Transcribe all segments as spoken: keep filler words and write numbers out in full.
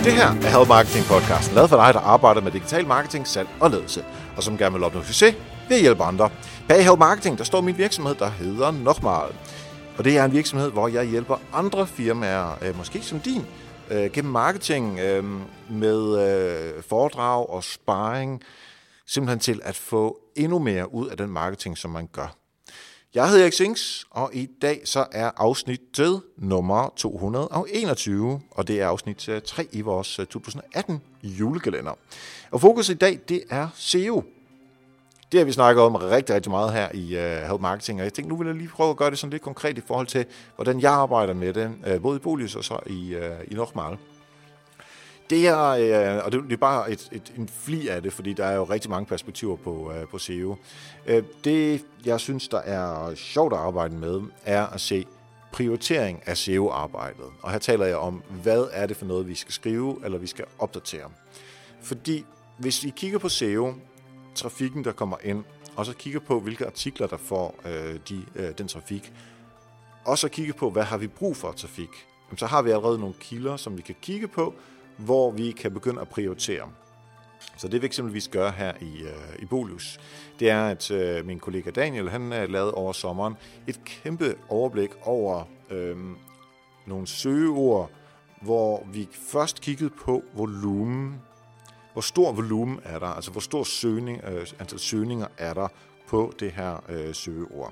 Det her er Help Marketing podcasten, lavet for dig, der arbejder med digital marketing, salg og ledelse, og som gerne vil opnå succes ved at hjælpe andre. Bag Help Marketing, der står min virksomhed, der hedder Nochmal. Og det er en virksomhed, hvor jeg hjælper andre firmaer, øh, måske som din, øh, gennem marketing øh, med øh, foredrag og sparring, simpelthen til at få endnu mere ud af den marketing, som man gør. Jeg hedder Erik Sings, og i dag så er afsnittet nummer to hundrede og enogtyve, og det er afsnit tre i vores to tusind atten julekalender. Og fokus i dag, det er S E O. Det har vi snakket om rigtig, rigtig meget her i uh, Help Marketing, og jeg tænkte, nu vil jeg lige prøve at gøre det sådan lidt konkret i forhold til, hvordan jeg arbejder med det, uh, både i Bolius og så i, uh, i Nochmal. Det er, øh, og det er bare et, et, en fli af det, fordi der er jo rigtig mange perspektiver på, øh, på S E O. Øh, det, jeg synes, der er sjovt at arbejde med, er at se prioritering af S E O-arbejdet. Og her taler jeg om, hvad er det for noget, vi skal skrive, eller vi skal opdatere. Fordi hvis vi kigger på S E O, trafikken, der kommer ind, og så kigger på, hvilke artikler, der får øh, de, øh, den trafik, og så kigger på, hvad har vi brug for trafik, så har vi allerede nogle kilder, som vi kan kigge på, hvor vi kan begynde at prioritere. Så det vi eksempelvis gør her i, øh, i Bolius, det er, at øh, min kollega Daniel, han har lavet over sommeren et kæmpe overblik over øh, nogle søgeord, hvor vi først kiggede på volumen. Hvor stor volumen er der, altså hvor stor søgning, øh, antal søgninger er der på det her øh, søgeord.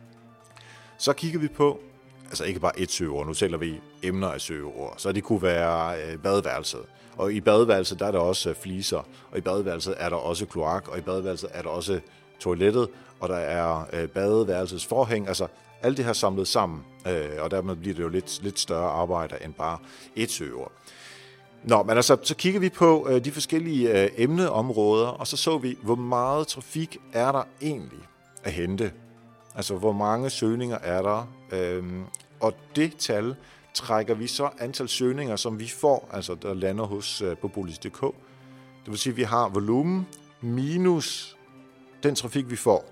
Så kigger vi på, altså ikke bare et søgeord, nu taler vi emner af søgeord, så det kunne være øh, badeværelset. Og i badeværelset der er der også øh, fliser, og i badeværelset er der også kloak, og i badeværelset er der også toilettet, og der er øh, badeværelsets forhæng, altså alt det her samlet sammen, øh, og dermed bliver det jo lidt, lidt større arbejde end bare et søgeord. Nå, men altså, så kigger vi på øh, de forskellige øh, emneområder, og så så vi, hvor meget trafik er der egentlig at hente. Altså, hvor mange søgninger er der, øhm, og det tal trækker vi så antal søgninger, som vi får, altså der lander hos øh, på Bolius punktum d k. Det vil sige, at vi har volumen minus den trafik, vi får.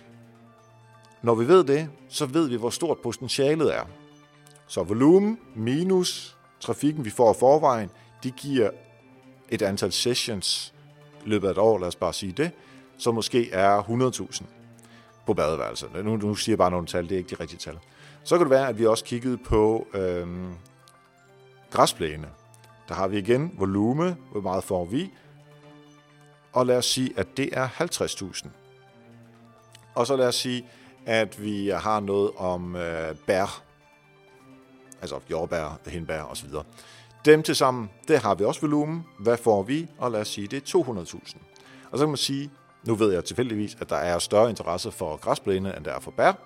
Når vi ved det, så ved vi, hvor stort potentialet er. Så volumen minus trafikken, vi får i forvejen, det giver et antal sessions i løbet af et år, lad os bare sige det, som måske er hundrede tusind. På badeværelset. Nu, nu siger jeg bare nogle tal, det er ikke de rigtige tal. Så kan det være, at vi også kiggede på øhm, græsplæne. Der har vi igen volume, hvor meget får vi, og lad os sige, at det er halvtreds tusind. Og så lad os sige, at vi har noget om øh, bær, altså jordbær, hindbær osv. Dem til sammen, det har vi også volumen. Hvad får vi? Og lad os sige, det er to hundrede tusind. Og så kan man sige, nu ved jeg tilfældigvis, at der er større interesse for græsplæne, end der er for bær.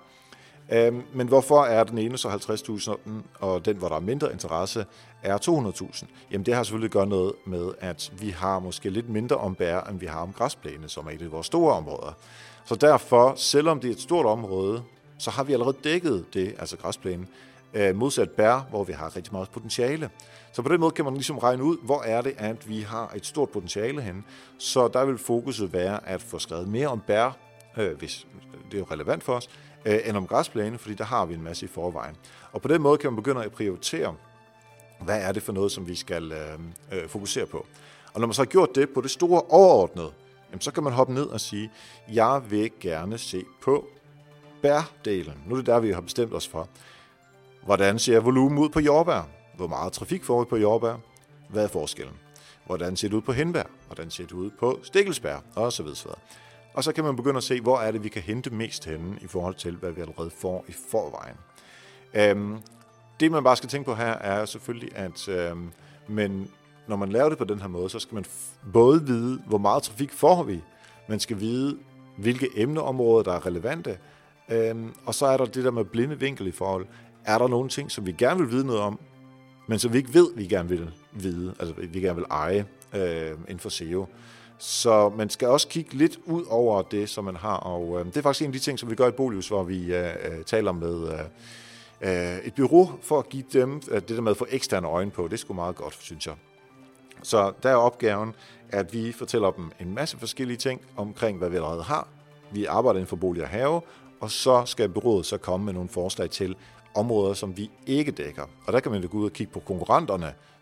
Men hvorfor er den ene så halvtreds tusind, og den, hvor der er mindre interesse, er to hundrede tusind? Jamen det har selvfølgelig at gøre noget med, at vi har måske lidt mindre om bær, end vi har om græsplæne, som er et af vores store områder. Så derfor, selvom det er et stort område, så har vi allerede dækket det, altså græsplæne, modsat bær, hvor vi har rigtig meget potentiale. Så på den måde kan man ligesom regne ud, hvor er det, at vi har et stort potentiale henne. Så der vil fokuset være at få skrevet mere om bær, øh, hvis det er jo relevant for os, øh, end om græsplæne, fordi der har vi en masse i forvejen. Og på den måde kan man begynde at prioritere, hvad er det for noget, som vi skal øh, øh, fokusere på. Og når man så har gjort det på det store overordnede, jamen, så kan man hoppe ned og sige, jeg vil gerne se på bærdelen. Nu er det der, vi har bestemt os for. Hvordan ser volumen ud på jordbær? Hvor meget trafik får vi på jordbær? Hvad er forskellen? Hvordan ser det ud på hindbær? Hvordan ser det ud på stikkelsbær? Og så videre. Og så kan man begynde at se, hvor er det, vi kan hente mest henne i forhold til, hvad vi allerede får i forvejen. Øhm, det, man bare skal tænke på her, er selvfølgelig, at øhm, men når man laver det på den her måde, så skal man f- både vide, hvor meget trafik får vi. Man skal vide, hvilke emneområder, der er relevante. Øhm, og så er der det der med blinde vinkel i forhold. Er der nogle ting, som vi gerne vil vide noget om, men som vi ikke ved, vi gerne vil vide, altså vi gerne vil eje øh, inden for S E O. Så man skal også kigge lidt ud over det, som man har, og øh, det er faktisk en af de ting, som vi gør i Bolius, hvor vi øh, taler med øh, et bureau for at give dem øh, det der med at få eksterne øjne på. Det er sgu meget godt, synes jeg. Så der er opgaven, at vi fortæller dem en masse forskellige ting omkring, hvad vi allerede har. Vi arbejder inden for bolig og have, og så skal bureauet så komme med nogle forslag til områder, som vi ikke dækker. Og der kan man jo gå ud og kigge på konkurrenterne.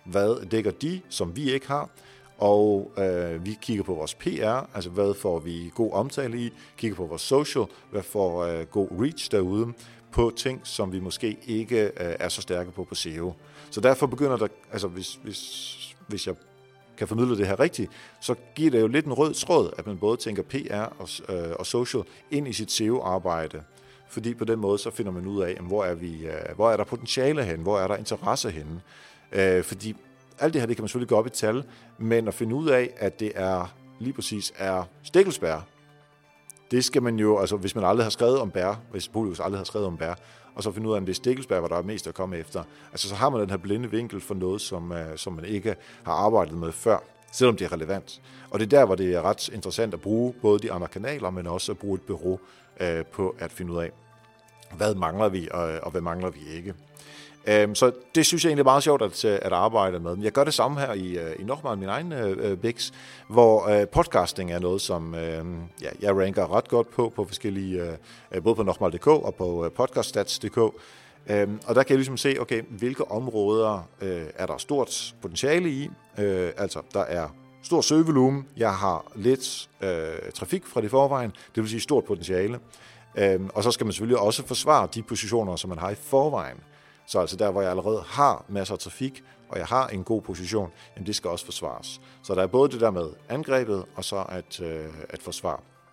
hvad dækker de, som vi ikke har, og øh, vi kigger på vores P R, altså hvad får vi god omtale i, kigger på vores social, hvad får øh, god reach derude, på ting, som vi måske ikke øh, er så stærke på på S E O. Så derfor begynder der, altså hvis, hvis, hvis jeg kan formidle det her rigtigt, så giver det jo lidt en rød tråd, at man både tænker P R og, øh, og social ind i sit S E O-arbejde. Fordi på den måde, så finder man ud af, hvor er, vi, øh, hvor er der potentiale hen, hvor er der interesse henne. Øh, fordi alt det her, det kan man selvfølgelig gå op i tal, men at finde ud af, at det er lige præcis er stikkelsbær, det skal man jo, altså hvis man aldrig har skrevet om bær, hvis Publius aldrig har skrevet om bær, og så finde ud af, om det er stikkelsbær, hvor der er mest at komme efter. Altså så har man den her blinde vinkel for noget, som, uh, som man ikke har arbejdet med før, selvom det er relevant. Og det er der, hvor det er ret interessant at bruge både de andre kanaler, men også at bruge et bureau uh, på at finde ud af, hvad mangler vi, og, og hvad mangler vi ikke. Um, så det synes jeg egentlig er meget sjovt at, at arbejde med. Jeg gør det samme her i, i Nochmal, min egen uh, Bix, hvor uh, podcasting er noget, som uh, ja, jeg ranker ret godt på, på forskellige, uh, både på Nochmal punktum d k og på uh, podcaststats punktum d k. Um, og der kan jeg ligesom se, okay, hvilke områder uh, er der stort potentiale i. Uh, altså, der er stor søgevolumen, jeg har lidt uh, trafik fra det forvejen, det vil sige stort potentiale. Um, og så skal man selvfølgelig også forsvare de positioner, som man har i forvejen. Så altså der, hvor jeg allerede har masser af trafik, og jeg har en god position, jamen det skal også forsvares. Så der er både det der med angrebet, og så at, øh, at forsvare.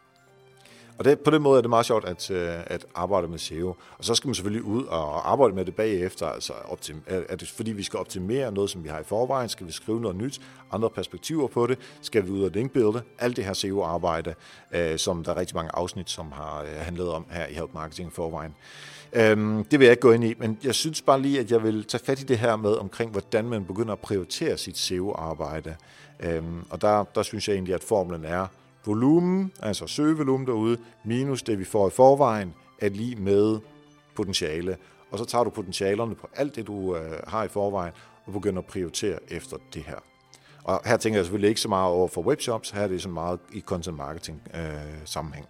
Og det, på den måde er det meget sjovt at, øh, at arbejde med S E O. Og så skal man selvfølgelig ud og arbejde med det bagefter. Altså optim- er det fordi vi skal optimere noget, som vi har i forvejen? Skal vi skrive noget nyt? Andre perspektiver på det? Skal vi ud og linkbuilde? Alt det her S E O-arbejde, øh, som der er rigtig mange afsnit, som har øh, handlet om her i Help Marketing i forvejen. Øhm, det vil jeg ikke gå ind i, men jeg synes bare lige, at jeg vil tage fat i det her med omkring, hvordan man begynder at prioritere sit S E O-arbejde. Øhm, og der, der synes jeg egentlig, at formlen er volumen, altså søgevolumen derude, minus det, vi får i forvejen, er lige med potentiale. Og så tager du potentialerne på alt det, du øh, har i forvejen, og begynder at prioritere efter det her. Og her tænker jeg selvfølgelig ikke så meget over for webshops, her er det så meget i content marketing øh, sammenhæng.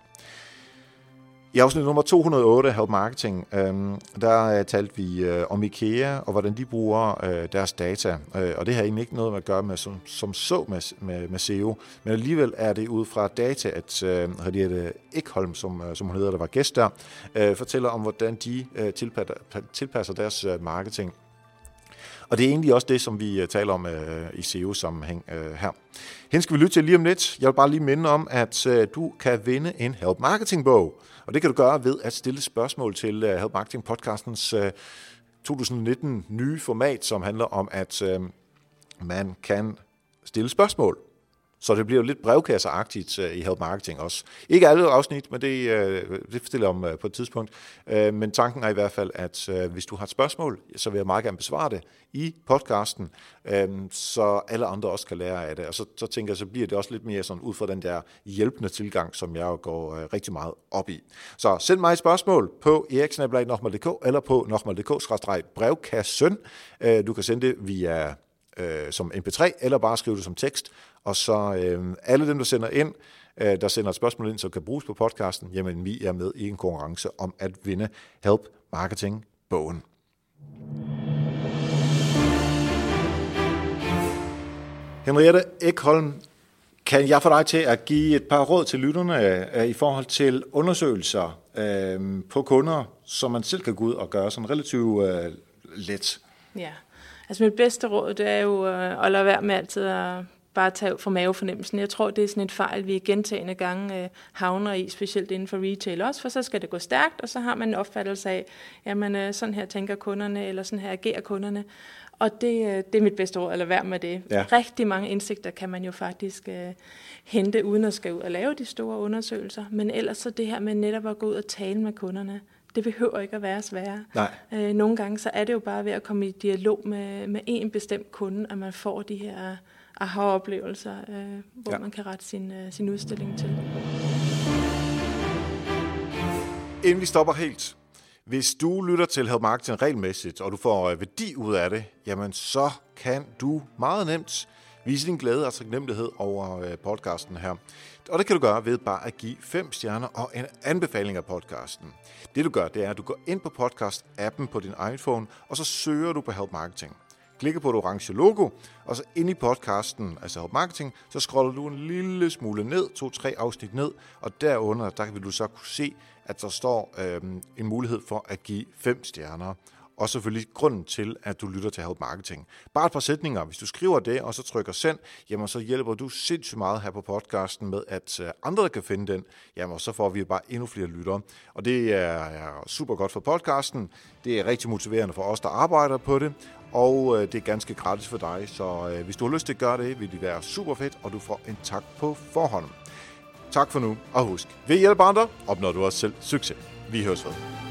I afsnit nummer to hundrede og otte af Help Marketing, øhm, der talte vi øh, om IKEA og hvordan de bruger øh, deres data. Øh, og det har egentlig ikke noget med at gøre med som, som så med, med, med S E O, men alligevel er det ud fra data, at øh, Henriette Ekholm, som, som hun hedder, der var gæst der, øh, fortæller om, hvordan de øh, tilpasser, tilpasser deres øh, marketing. Og det er egentlig også det, som vi taler om øh, i S E O-sammenhæng øh, her. Hende skal vi lytte til lige om lidt. Jeg vil bare lige minde om, at øh, du kan vinde en Help Marketing-bog. Og det kan du gøre ved at stille spørgsmål til uh, Help Marketing Podcastens uh, to tusind nitten nye format, som handler om, at uh, man kan stille spørgsmål. Så det bliver jo lidt brevkasseagtigt uh, i Help Marketing også. Ikke alle afsnit, men det, uh, det fortæller om uh, på et tidspunkt. Uh, men tanken er i hvert fald, at uh, hvis du har et spørgsmål, så vil jeg meget gerne besvare det i podcasten, uh, så alle andre også kan lære af det. Og så, så tænker jeg, så bliver det også lidt mere sådan ud fra den der hjælpende tilgang, som jeg jo går uh, rigtig meget op i. Så send mig et spørgsmål på eriksen snabel-a nochmal punktum d k eller på nochmal punktum d k skråstreg brevkassen. Uh, du kan sende det via uh, som M P tre, eller bare skrive det som tekst. Og så øh, alle dem, der sender ind, øh, der sender et spørgsmål ind, som kan bruges på podcasten, jamen vi er med i en konkurrence om at vinde Help Marketing-bogen. Henriette Ekholm, kan jeg få dig til at give et par råd til lytterne øh, i forhold til undersøgelser øh, på kunder, som man selv kan gå ud og gøre sådan relativt øh, let? Ja, altså mit bedste råd, det er jo øh, at lade være med altid at bare tage fra mavefornemmelsen. Jeg tror, det er sådan et fejl, vi gentagende gange øh, havner i, specielt inden for retail også, for så skal det gå stærkt, og så har man en opfattelse af, jamen øh, sådan her tænker kunderne, eller sådan her agerer kunderne. Og det, øh, det er mit bedste råd, at lade være med det. Ja. Rigtig mange indsigter kan man jo faktisk øh, hente, uden at skal ud og lave de store undersøgelser. Men ellers så det her med netop at gå ud og tale med kunderne, det behøver ikke at være sværere. Nej. Øh, nogle gange så er det jo bare ved at komme i dialog med, med en bestemt kunde, at man får de her aha-oplevelser, øh, hvor ja. man kan rette sin, øh, sin udstilling til. Inden vi stopper helt, hvis du lytter til Help Marketing regelmæssigt, og du får værdi ud af det, jamen så kan du meget nemt vise din glæde og taknemmelighed over podcasten her. Og det kan du gøre ved bare at give fem stjerner og en anbefaling af podcasten. Det du gør, det er, at du går ind på podcast-appen på din iPhone, og så søger du på Help Marketing. klikker på det orange logo, og så ind i podcasten, altså Help Marketing, så scroller du en lille smule ned, to-tre afsnit ned, og derunder, der vil du så kunne se, at der står øh, en mulighed for at give fem stjerner. Og selvfølgelig grunden til, at du lytter til Help Marketing. Bare et par sætninger. Hvis du skriver det, og så trykker send, jamen så hjælper du sindssygt meget her på podcasten med, at andre kan finde den. Jamen så får vi bare endnu flere lyttere. Og det er super godt for podcasten. Det er rigtig motiverende for os, der arbejder på det. Og det er ganske gratis for dig. Så hvis du har lyst til at gøre det, vil det være super fedt, og du får en tak på forhånd. Tak for nu, og husk, ved at hjælpe andre, opnår du også selv succes. Vi høres ved.